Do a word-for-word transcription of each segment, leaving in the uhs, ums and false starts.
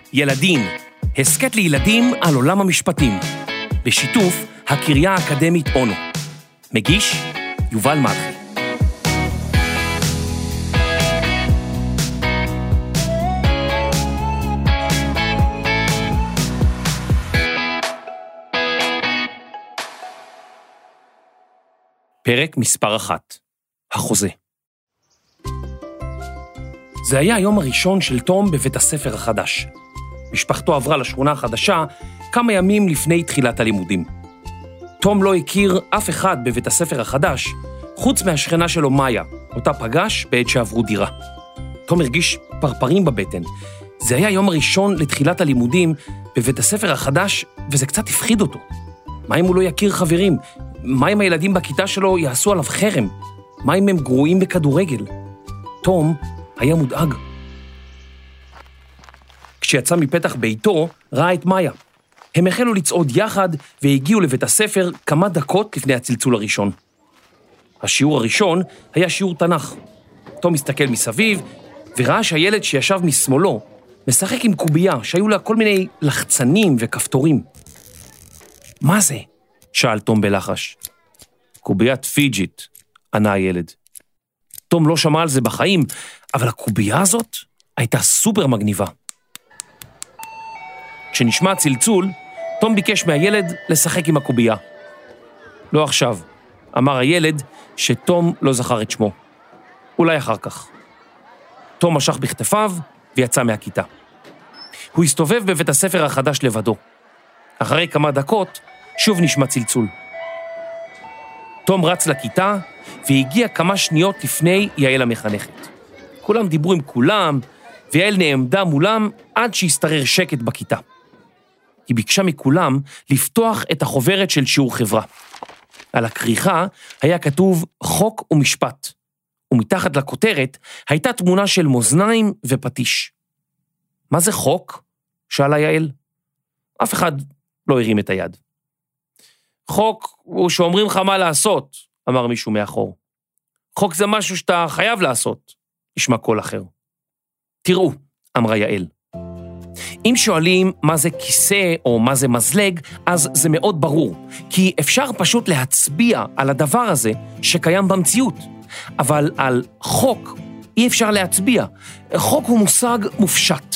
ילדים, הסקט לילדים על עולם המשפטים, בשיתוף הקריה האקדמית אונו. מגיש, יובל מלכי. פרק מספר אחת, החוזה. זה היה היום הראשון של תום בבית הספר החדש. משפחתו עברה לשכונה החדשה כמה ימים לפני תחילת הלימודים. תום לא הכיר אף אחד בבית הספר החדש, חוץ מהשכנה שלו מאיה, אותה פגש בעת שעברו דירה. תום הרגיש פרפרים בבטן. זה היה היום הראשון לתחילת הלימודים בבית הספר החדש, וזה קצת הפחיד אותו. מה אם הוא לא יכיר חברים? מה אם הילדים בכיתה שלו יעשו עליו חרם? מה אם הם גרועים בכדורגל? תום היה מודאג. כשיצא מפתח ביתו, ראה את מאיה. הם החלו לצעוד יחד והגיעו לבית הספר כמה דקות לפני הצלצול הראשון. השיעור הראשון היה שיעור תנ"ך. תום הסתכל מסביב וראה שהילד שישב משמאלו משחק עם קובייה שהיו לה כל מיני לחצנים וכפתורים. מה זה? שאל תום בלחש. קוביית פיג'יט, ענה הילד. תום לא שמע על זה בחיים, אבל הקובייה הזאת הייתה סופר מגניבה. כשנשמע צלצול, תום ביקש מהילד לשחק עם הקובייה. לא עכשיו, אמר הילד שתום לא זכר את שמו. אולי אחר כך. תום משך בכתפיו ויצא מהכיתה. הוא הסתובב בבית הספר החדש לבדו. אחרי כמה דקות, שוב נשמע צלצול. תום רץ לכיתה והגיע כמה שניות לפני יעל המחנכת. כולם דיברו עם כולם, ויעל נעמדה מולם עד שהסתרר שקט בכיתה. היא ביקשה מכולם לפתוח את החוברת של שיעור חברה. על הכריכה היה כתוב חוק ומשפט, ומתחת לכותרת הייתה תמונה של מאזניים ופטיש. מה זה חוק? שאלה יעל. אף אחד לא הרים את היד. חוק הוא שאומרים לך מה לעשות, אמר מישהו מאחור. חוק זה משהו שאתה חייב לעשות, נשמע קול אחר. תראו, אמרה יעל. אם שואלים מה זה כיסא או מה זה מזלג, אז זה מאוד ברור, כי אפשר פשוט להצביע על הדבר הזה שקיים במציאות, אבל על חוק אי אפשר להצביע. חוק הוא מושג מופשט.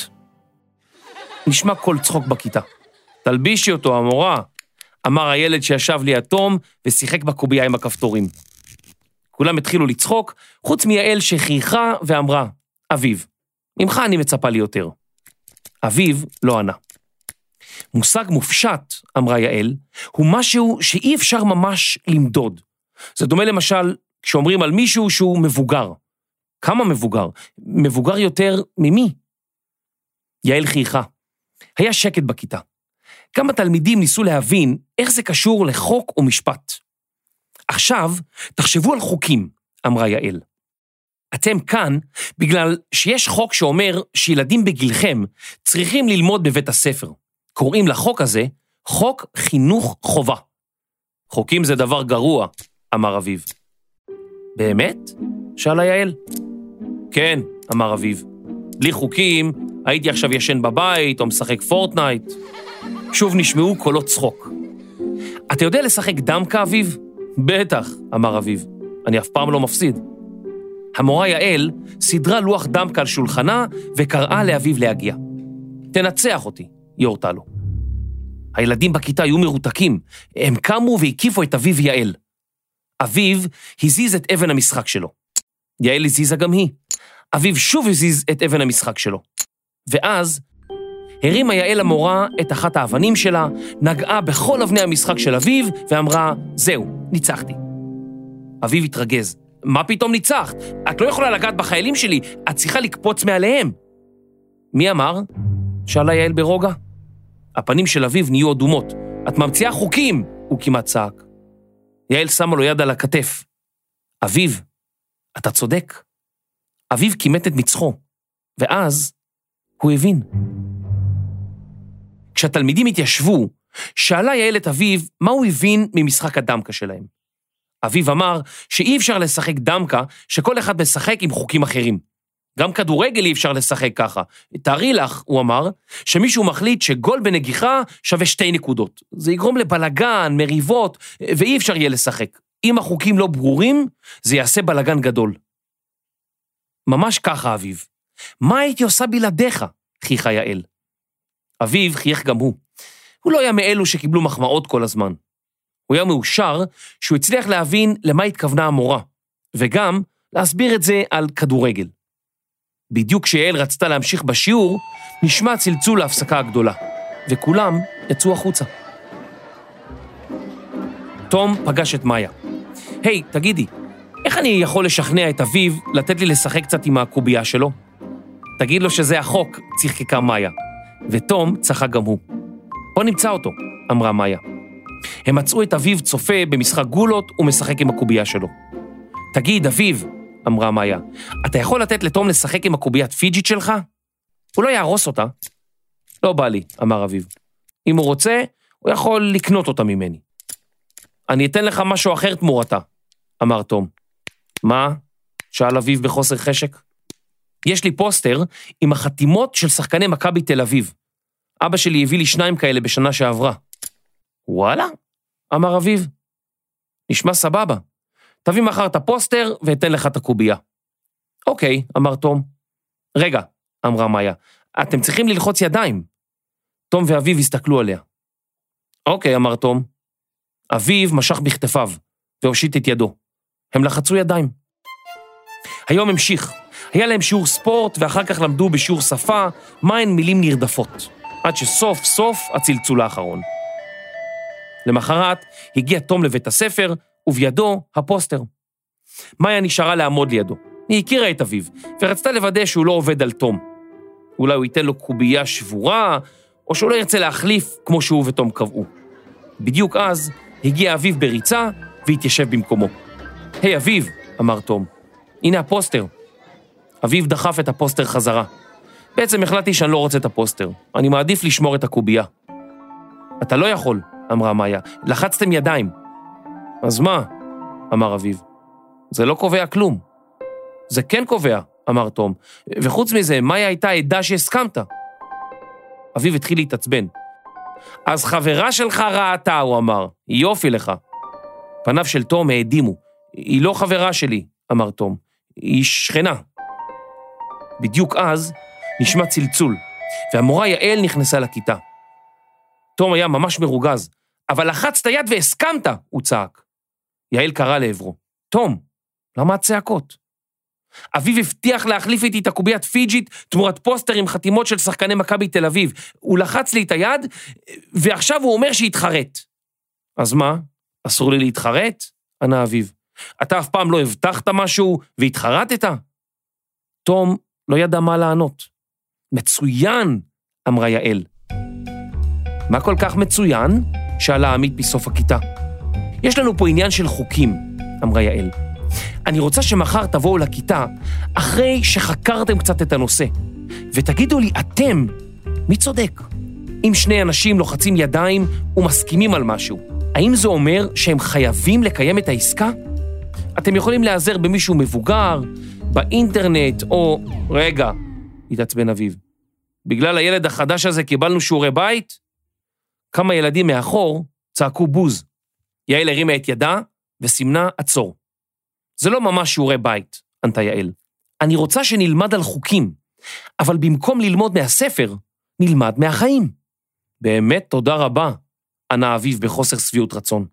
נשמע קול צחוק בכיתה. תלבישי אותו, המורה, אמר הילד שישב ליד תום ושיחק בקובייה עם הכפתורים. כולם התחילו לצחוק, חוץ מיעל שחייכה ואמרה, אביב, ממך אני מצפה לי יותר. אביב לא ענה. מושג מופשט, אמרה יעל, הוא משהו שאי אפשר ממש למדוד. זה דומה למשל כשאומרים על מישהו שהוא מבוגר. כמה מבוגר? מבוגר יותר ממי? יעל חייכה. היה שקט בכיתה. כמה תלמידים ניסו להבין איך זה קשור לחוק ומשפט. עכשיו, תחשבו על חוקים, אמרה יעל. אתם כאן בגלל שיש חוק שאומר שילדים בגילכם צריכים ללמוד בבית הספר. קוראים לחוק הזה חוק חינוך חובה. חוקים זה דבר גרוע, אמר אביב. באמת? שאלה יעל. כן, אמר אביב. בלי חוקים הייתי עכשיו ישן בבית או משחק פורטנייט. שוב נשמעו קולות צחוק. אתה יודע לשחק דמקה, אביב? בטח, אמר אביב. אני אף פעם לא מפסיד. המורה יעל סדרה לוח דמקה על שולחנה וקראה לאביב להגיע. תנצח אותי, היא הורתה לו. הילדים בכיתה היו מרותקים. הם קמו והקיפו את אביב ויעל. אביב הזיז את אבן המשחק שלו. יעל הזיזה גם היא. אביב שוב הזיז את אבן המשחק שלו. ואז הרימה יעל המורה את אחת האבנים שלה, נגעה בכל אבני המשחק של אביב, ואמרה, זהו, ניצחתי. אביב התרגז. מה פתאום ניצחת? את לא יכולה לגעת בחיילים שלי, את צריכה לקפוץ מעליהם. מי אמר? שאלה יעל ברוגע. הפנים של אביב נהיו אדומות. את ממציאה חוקים, הוא כמעט צעק. יעל שמה לו יד על הכתף. אביב, אתה צודק. אביב כימת את מצחו, ואז הוא הבין. כשהתלמידים התיישבו, שאלה יעל את אביב מה הוא הבין ממשחק הדמקה שלהם. אביב אמר שאי אפשר לשחק דמקה שכל אחד משחק עם חוקים אחרים. גם כדורגל אי אפשר לשחק ככה. תארי לך, הוא אמר, שמישהו מחליט שגול בנגיחה שווה שתי נקודות. זה יגרום לבלגן, מריבות, ואי אפשר יהיה לשחק. אם החוקים לא ברורים, זה יעשה בלגן גדול. ממש ככה, אביב. מה הייתי עושה בלעדיך? חייכה יעל. אביב חייך גם הוא. הוא לא היה מאלו שקיבלו מחמאות כל הזמן. הוא היה מאושר שהוא הצליח להבין למה התכוונה המורה, וגם להסביר את זה על כדורגל. בדיוק כשיעל רצתה להמשיך בשיעור, נשמע צלצול להפסקה הגדולה, וכולם יצאו החוצה. תום פגש את מאיה. היי, hey, תגידי, איך אני יכול לשכנע את אביב לתת לי לשחק קצת עם הקובייה שלו? תגיד לו שזה החוק, צחקה מאיה. ותום צחק גם הוא. בוא נמצא אותו, אמרה מאיה. הם מצאו את אביב צופה במשחק גולות ומשחק עם הקובייה שלו. תגיד, אביב, אמרה מאיה, אתה יכול לתת לתום לשחק עם הקוביית פיג'ית שלך? הוא לא יהרוס אותה. לא בא לי, אמר אביב. אם הוא רוצה, הוא יכול לקנות אותה ממני. אני אתן לך משהו אחר תמורתה, אמר תום. מה? שאל אביב בחוסר חשק. יש לי פוסטר עם החתימות של שחקני מכבי תל אביב. אבא שלי הביא לי שניים כאלה בשנה שעברה. וואלה? אמר אביב. נשמע סבבה. תביא מחר את הפוסטר ואתן לך את הקובייה. אוקיי, אמר תום. רגע, אמרה מאיה, אתם צריכים ללחוץ ידיים. תום ואביב הסתכלו עליה. אוקיי, אמר תום. אביב משך בכתפיו והושיט את ידו. הם לחצו ידיים. היום המשיך. היה להם שיעור ספורט ואחר כך למדו בשיעור שפה מהן מילים נרדפות. עד שסוף סוף הצלצול האחרון. למחרת הגיע תום לבית הספר ובידו הפוסטר. מאיה נשארה לעמוד לידו. היא הכירה את אביו ורצתה לוודא שהוא לא עובד על תום. אולי הוא ייתן לו קובייה שבורה או שהוא לא ירצה להחליף כמו שהוא ותום קבעו. בדיוק אז הגיע אביו בריצה והתיישב במקומו. היי אביב, אמר תום, הנה הפוסטר. אביב דחף את הפוסטר חזרה. בעצם החלטתי שאני לא רוצה את הפוסטר. אני מעדיף לשמור את הקובייה. אתה לא יכול, אמרה מאיה. לחצתם ידיים. אז מה? אמר אביב. זה לא קובע כלום. זה כן קובע, אמר תום. וחוץ מזה, מאיה הייתה עדה שהסכמת. אביב התחיל להתעצבן. אז חברה שלך ראתה, הוא אמר. יופי לך. פניו של תום העדימו. היא לא חברה שלי, אמר תום. היא שכנה. בדיוק אז נשמע צלצול, והמורה יעל נכנסה לכיתה. תום היה ממש מרוגז. אבל לחצת יד והסכמת, הוא צעק. יעל קרא לעברו. תום, למה הצעקות? אביב הבטיח להחליף איתי את הקוביית פיג'ית תמורת פוסטר עם חתימות של שחקני מכבי תל אביב. הוא לחץ לי את היד, ועכשיו הוא אומר שהתחרט. אז מה? אסור לי להתחרט? ענה אביב. אתה אף פעם לא הבטחת משהו והתחרטת? תום לא ידע מה לענות. מצוין, אמרה יעל. מה כל כך מצוין? שאלה עמית בסוף הכיתה. יש לנו פה עניין של חוקים, אמרה יעל. אני רוצה שמחר תבואו לכיתה, אחרי שחקרתם קצת את הנושא, ותגידו לי אתם, מי צודק? אם שני אנשים לוחצים ידיים ומסכימים על משהו, האם זה אומר שהם חייבים לקיים את העסקה? אתם יכולים להיעזר במישהו מבוגר, באינטרנט, או... רגע, התעצבן אביב. בגלל הילד החדש הזה קיבלנו שיעורי בית? כמה ילדים מאחור צעקו בוז. יעל הרימה את ידה וסימנה עצור. זה לא ממש שיעורי בית, ענתה יעל. אני רוצה שנלמד על חוקים, אבל במקום ללמוד מהספר, נלמד מהחיים. באמת תודה רבה, ענה אביב בחוסר שביעות רצון.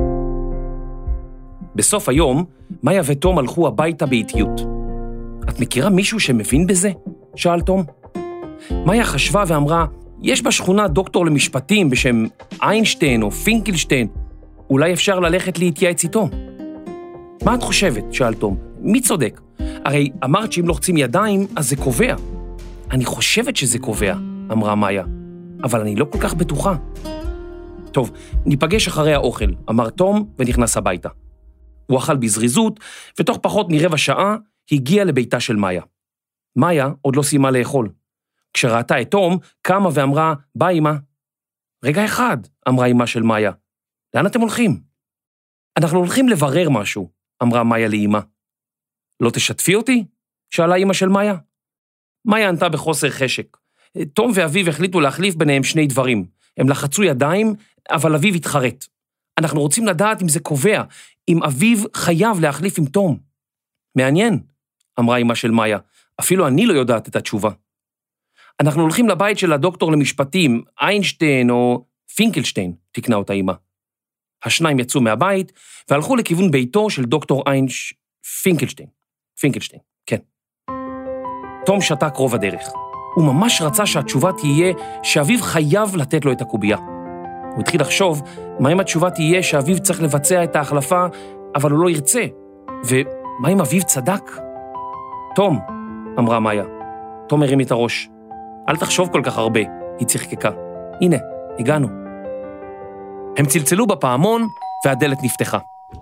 בסוף היום, מאיה ותום הלכו הביתה באיטיות. את מכירה מישהו שמבין בזה? שאל תום. מאיה חשבה ואמרה, יש בשכונה דוקטור למשפטים בשם איינשטיין או פינקלשטיין, אולי אפשר ללכת להתייעץ איתו. מה את חושבת? שאל תום. מי צודק? הרי אמרת שאם לוחצים ידיים, אז זה קובע. אני חושבת שזה קובע, אמרה מאיה, אבל אני לא כל כך בטוחה. טוב, ניפגש אחרי האוכל, אמר תום ונכנס הביתה. הוא אכל בזריזות, ותוך פחות מרבע שעה הגיע לביתה של מאיה. מאיה עוד לא סיימה לאכול. כשראתה את תום, קמה ואמרה, ביי אמא. רגע אחד, אמרה אמא של מאיה. לאן אתם הולכים? אנחנו הולכים לברר משהו, אמרה מאיה לאמא. לא תשתפי אותי? שאלה אמא של מאיה. מאיה ענתה בחוסר חשק. תום ואביב החליטו להחליף ביניהם שני דברים. הם לחצו ידיים, אבל אביב התחרט. אנחנו רוצים לדעת אם זה קובע, אם אביב חייב להחליף עם תום. מעניין, אמרה אמא של מאיה. אפילו אני לא יודעת את התשובה. אנחנו הולכים לבית של הדוקטור למשפטים, איינשטיין או פינקלשטיין, תקנה אותה אמא. השניים יצאו מהבית והלכו לכיוון ביתו של דוקטור איינש... פינקלשטיין. פינקלשטיין, כן. תום שתק רוב הדרך. הוא ממש רצה שהתשובה תהיה שאביב חייב לתת לו את הקובייה. הוא התחיל לחשוב מה אם התשובה תהיה שאביב צריך לבצע את ההחלפה, אבל הוא לא ירצה. ומה אם אביב צדק? תום, אמרה מאיה. תום הרים את הראש. אל תחשוב כל כך הרבה, היא צחקקה. הנה, הגענו. הם צלצלו בפעמון והדלת נפתחה.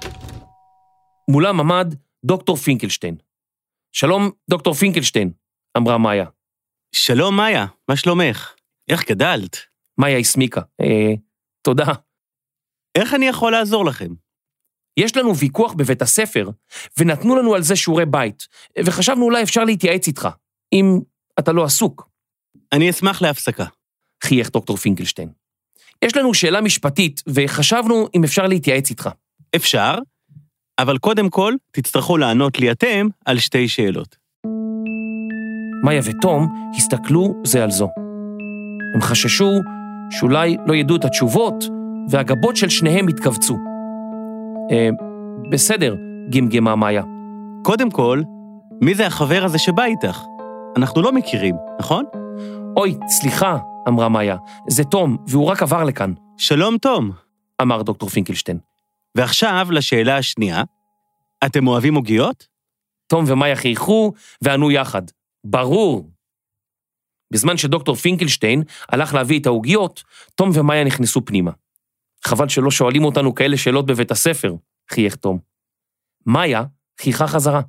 מולם עמד דוקטור פינקלשטיין. שלום, דוקטור פינקלשטיין, אמרה מאיה. שלום מאיה, מה שלומך? איך גדלת? מאיה הסמיקה. אה, תודה. איך אני יכול לעזור לכם? יש לנו ויכוח בבית הספר, ונתנו לנו על זה שיעורי בית, וחשבנו אולי אפשר להתייעץ איתך, אם אתה לא עסוק. אני אשמח להפסקה. חייך דוקטור פינקלשטיין. יש לנו שאלה משפטית, וחשבנו אם אפשר להתייעץ איתך. אפשר, אבל קודם כל תצטרכו לענות לי אתם על שתי שאלות. מאיה ותום הסתכלו זה על זו. הם חששו שאולי לא ידעו את התשובות, והגבות של שניהם התכווצו. אה, בסדר, גמגמה מאיה. קודם כל, מי זה החבר הזה שבא איתך? אנחנו לא מכירים, נכון? אוי, סליחה, אמרה מאיה, זה תום, והוא רק עבר לכאן. שלום תום, אמר דוקטור פינקלשטיין. ועכשיו לשאלה השנייה, אתם אוהבים עוגיות? תום ומאיה חייכו וענו יחד. ברור. בזמן שדוקטור פינקלשטיין הלך להביא את העוגיות, תום ומאיה נכנסו פנימה. חבל שלא שואלים אותנו כאלה שאלות בבית הספר, חייך תום. מאיה חייכה חזרה.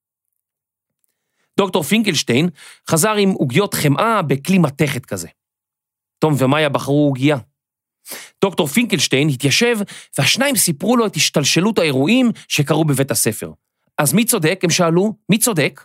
דוקטור פינקלשטיין חזר עם עוגיות חמאה בכלי מתכת כזה. תום ומאיה בחרו עוגיה. דוקטור פינקלשטיין התיישב, והשניים סיפרו לו את השתלשלות האירועים שקרו בבית הספר. אז מי צודק? הם שאלו, מי צודק?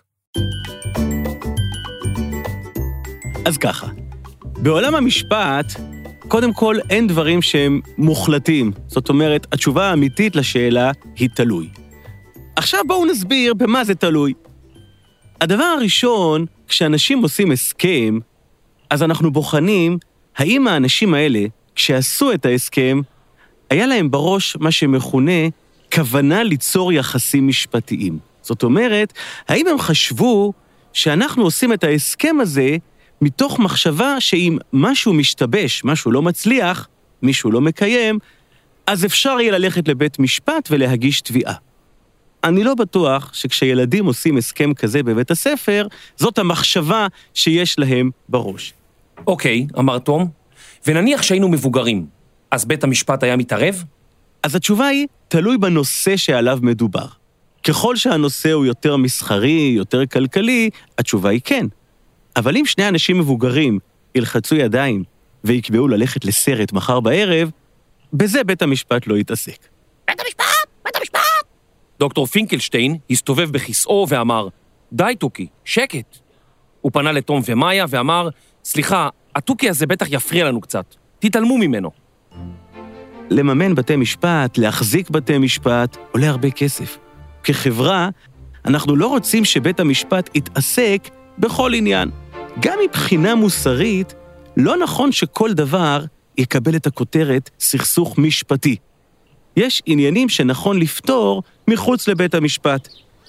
אז ככה, בעולם המשפט, קודם כל אין דברים שהם מוחלטים. זאת אומרת, התשובה האמיתית לשאלה היא תלוי. עכשיו בואו נסביר במה זה תלוי. הדבר הראשון, כשאנשים עושים הסכם, אז אנחנו בוחנים האם האנשים האלה, כשעשו את ההסכם, היה להם בראש מה שמכונה כוונה ליצור יחסים משפטיים. זאת אומרת, האם הם חשבו שאנחנו עושים את ההסכם הזה מתוך מחשבה שאם משהו משתבש, משהו לא מצליח, מישהו לא מקיים, אז אפשר יהיה ללכת לבית משפט ולהגיש תביעה. אני לא בטוח שכשילדים עושים הסכם כזה בבית הספר, זאת המחשבה שיש להם בראש. אוקיי, אמר תום, ונניח שהיינו מבוגרים, אז בית המשפט היה מתערב? אז התשובה היא, תלוי בנושא שעליו מדובר. ככל שהנושא הוא יותר מסחרי, יותר כלכלי, התשובה היא כן. אבל אם שני אנשים מבוגרים ילחצו ידיים ויקבעו ללכת לסרט מחר בערב, בזה בית המשפט לא יתעסק. בית המשפט! בית המשפט! דוקטור פינקלשטיין הסתובב בכיסאו ואמר, די טוקי, שקט. הוא פנה לתום ומאיה ואמר, סליחה, הטוקי הזה בטח יפריע לנו קצת, תתעלמו ממנו. לממן בתי משפט, להחזיק בתי משפט, עולה הרבה כסף. כחברה, אנחנו לא רוצים שבית המשפט יתעסק בכל עניין. גם מבחינה מוסרית, לא נכון שכל דבר יקבל את הכותרת סכסוך משפטי. יש עניינים שנכון לפתור מחוץ לבית המשפט.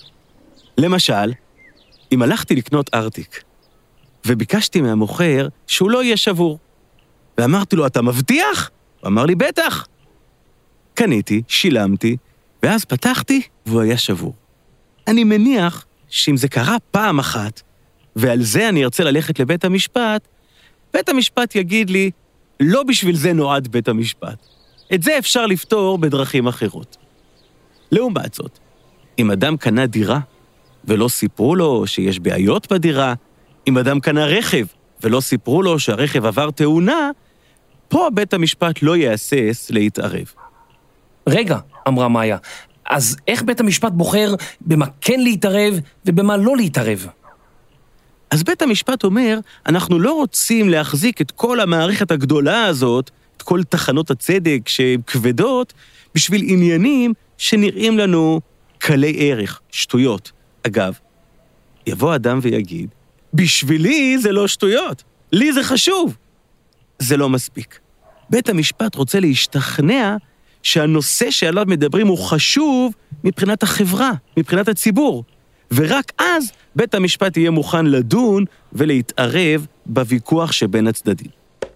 למשל, אם הלכתי לקנות ארטיק, וביקשתי מהמוכר שהוא לא יהיה שבור, ואמרתי לו, אתה מבטיח? הוא אמר לי, בטח. קניתי, שילמתי, ואז פתחתי, והוא היה שבור. אני מניח שאם זה קרה פעם אחת, ועל זה אני ארצה ללכת לבית המשפט, בית המשפט יגיד לי, לא בשביל זה נועד בית המשפט. את זה אפשר לפתור בדרכים אחרות. לעומת זאת, אם אדם קנה דירה, ולא סיפרו לו שיש בעיות בדירה, אם אדם קנה רכב, ולא סיפרו לו שהרכב עבר תאונה, פה בית המשפט לא יאסס להתערב. רגע, אמרה מאיה, אז איך בית המשפט בוחר במה כן להתערב ובמה לא להתערב? אז בית המשפט אומר, אנחנו לא רוצים להחזיק את כל המערכת הגדולה הזאת, את כל תחנות הצדק שהן כבדות, בשביל עניינים שנראים לנו קלי ערך, שטויות. אגב, יבוא אדם ויגיד, בשבילי זה לא שטויות, לי זה חשוב. זה לא מספיק. בית המשפט רוצה להשתכנע שהנושא שעליו מדברים הוא חשוב מבחינת החברה, מבחינת הציבור. ורק אז בית המשפט יהיה מוכן לדון ולהתערב בוויכוח שבין הצדדים.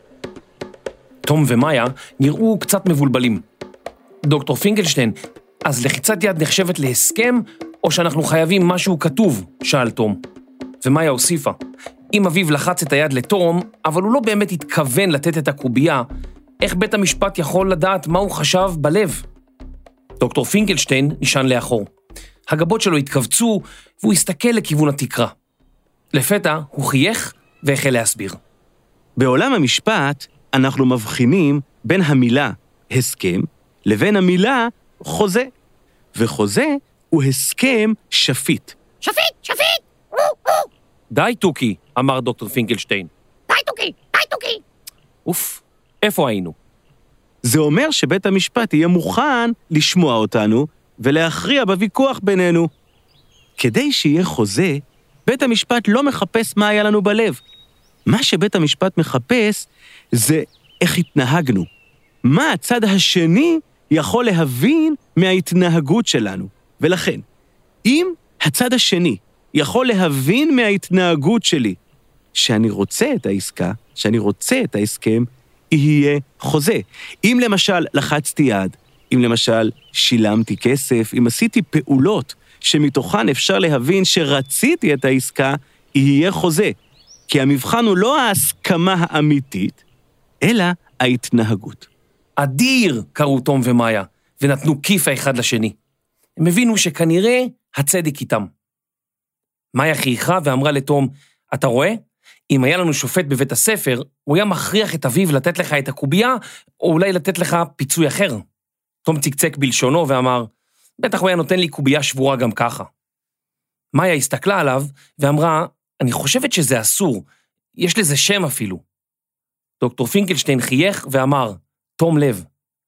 תום ומאיה נראו קצת מבולבלים. דוקטור פינקלשטיין, אז לחיצת יד נחשבת להסכם, או שאנחנו חייבים משהו כתוב? שאל תום. ומאיה הוסיפה, אם אביו לחץ את היד לתום, אבל הוא לא באמת התכוון לתת את הקובייה, איך בית המשפט יכול לדעת מה הוא חשב בלב? דוקטור פינקלשטיין נשען לאחור. הגבות שלו התכווצו, והוא הסתכל לכיוון התקרה. לפתע הוא חייך והחל להסביר. בעולם המשפט אנחנו מבחינים בין המילה הסכם לבין המילה חוזה. וחוזה הוא הסכם שפיט. שפיט, שפיט! די טוקי, אמר דוקטור פינקלשטיין. די טוקי, די טוקי! אוף, איפה היינו? זה אומר שבית המשפט יהיה מוכן לשמוע אותנו ולהכריע בוויכוח בינינו. כדי שיהיה חוזה, בית המשפט לא מחפש מה היה לנו בלב. מה שבית המשפט מחפש זה איך התנהגנו. מה הצד השני יכול להבין מההתנהגות שלנו. ולכן, אם הצד השני יכול להבין מההתנהגות שלי שאני רוצה את העסקה, שאני רוצה את ההסכם, יהיה חוזה. אם למשל לחצתי יד, אם למשל שילמתי כסף, אם עשיתי פעולות שמתוכן אפשר להבין שרציתי את העסקה, יהיה חוזה. כי המבחן הוא לא ההסכמה האמיתית, אלא ההתנהגות. אדיר, קראו תום ומאיה, ונתנו כיף האחד לשני. הם הבינו שכנראה הצדק איתם. מאיה חייכה ואמרה לתום, אתה רואה? אם היה לנו שופט בבית הספר, הוא היה מכריח את אביו לתת לך את הקובייה, או אולי לתת לך פיצוי אחר. תום צקצק בלשונו ואמר, בטח הוא היה נותן לי קובייה שבורה גם ככה. מאיה הסתכלה עליו ואמרה, אני חושבת שזה אסור, יש לזה שם אפילו. דוקטור פינקלשטיין חייך ואמר, תום לב.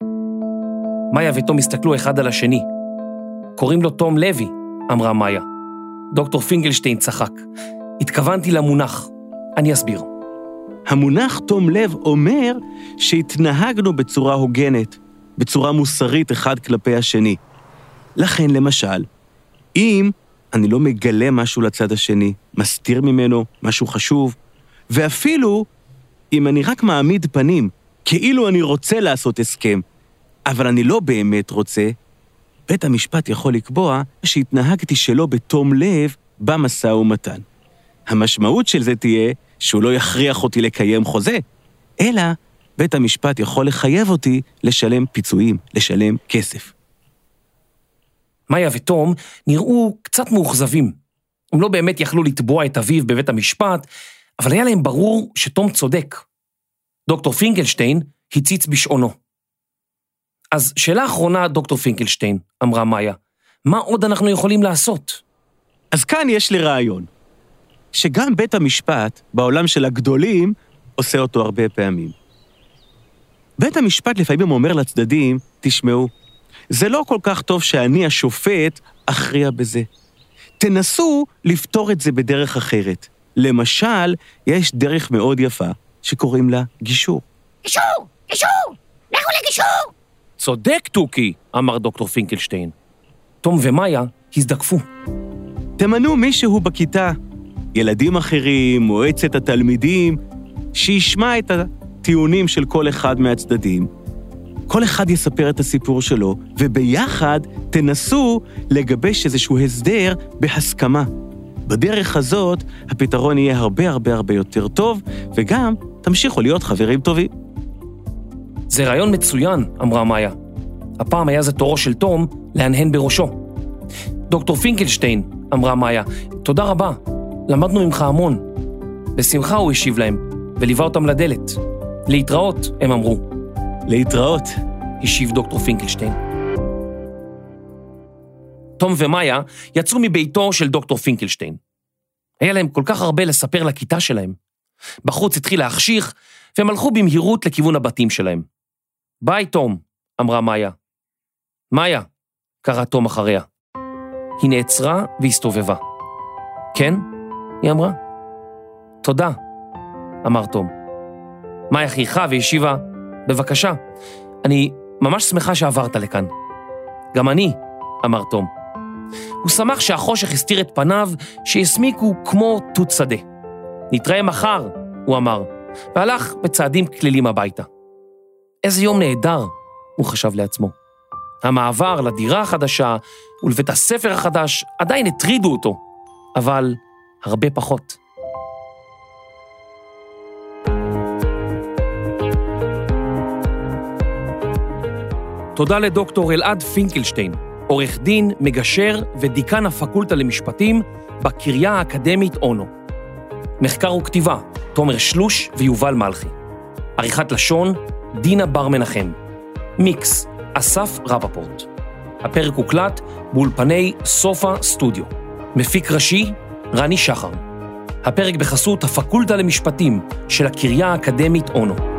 מאיה ותום הסתכלו אחד על השני. קוראים לו תום לוי, אמרה מאיה. דוקטור פינקלשטיין צחק. התכוונתי למונח. אני אסביר. המונח תום לב אומר שהתנהגנו בצורה הוגנת, בצורה מוסרית אחד כלפי השני. לכן, למשל, אם אני לא מגלה משהו לצד השני, מסתיר ממנו משהו חשוב, ואפילו אם אני רק מעמיד פנים, כאילו אני רוצה לעשות הסכם, אבל אני לא באמת רוצה, בית המשפט יכול לקבוע שהתנהגתי שלא בתום לב במשא ומתן. המשמעות של זה תהיה שהוא לא יכריח אותי לקיים חוזה, אלא בית המשפט יכול לחייב אותי לשלם פיצויים, לשלם כסף. מאיה ותום נראו קצת מאוכזבים. הם לא באמת יכלו לתבוע את אביו בבית המשפט, אבל היה להם ברור שתום צודק. דוקטור פינקלשטיין הציץ בשעונו. אז שאלה אחרונה, דוקטור פינקלשטיין, אמרה מאיה, מה עוד אנחנו יכולים לעשות? אז כאן יש לי רעיון, שגם בית המשפט, בעולם של הגדולים, עושה אותו הרבה פעמים. בית המשפט לפעמים אומר לצדדים, תשמעו, זה לא כל כך טוב שאני השופט אכריע בזה. תנסו לפתור את זה בדרך אחרת. למשל, יש דרך מאוד יפה שקוראים לה גישור. גישור! גישור! לכו לגישור! צודק טוקי, אמר דוקטור פינקלשטיין. תום ומאיה הזדקפו. תמנו מישהו בכיתה, ילדים אחרים, מועצת התלמידים, שישמע את הטיעונים של כל אחד מהצדדים. כל אחד יספר את הסיפור שלו, וביחד תנסו לגבש איזשהו הסדר בהסכמה. בדרך הזאת, הפתרון יהיה הרבה הרבה הרבה יותר טוב, וגם תמשיכו להיות חברים טובים. זה רעיון מצוין, אמרה מאיה. הפעם היה זה תורו של תום להנהן בראשו. דוקטור פינקלשטיין, אמרה מאיה, תודה רבה, למדנו ממך המון. בשמחה הוא השיב להם, וליווה אותם לדלת. להתראות, הם אמרו. להתראות, השיב דוקטור פינקלשטיין. תום ומאיה יצאו מביתו של דוקטור פינקלשטיין. היה להם כל כך הרבה לספר לכיתה שלהם. בחוץ התחיל להחשיך, והם הלכו במהירות לכיוון הבתים שלהם. ביי, תום, אמרה מאיה. מאיה, קרא תום אחריה. היא נעצרה והסתובבה. כן? היא אמרה. תודה, אמר תום. מאיה חייכה והשיבה, בבקשה, אני ממש שמחה שעברת לכאן. גם אני, אמר תום. הוא שמח שהחושך הסתיר את פניו שהסמיקו כמו תות שדה. נתראה מחר, הוא אמר, והלך בצעדים כלילים הביתה. איזה יום נהדר, הוא חשב לעצמו. המעבר לדירה החדשה ולבית הספר החדש עדיין הטרידו אותו, אבל הרבה פחות. תודה לדוקטור אלעד פינקלשטיין, עורך דין, מגשר ודיקן הפקולטה למשפטים בקריה האקדמית אונו. מחקר וכתיבה, תומר שלוש ויובל מלכי. עריכת לשון, דינה בר מנחם. מיקס, אסף רבפורט. הפרק הוקלט באולפני סופה סטודיו. מפיק ראשי, רני שחר. הפרק בחסות הפקולטה למשפטים של הקריה האקדמית אונו.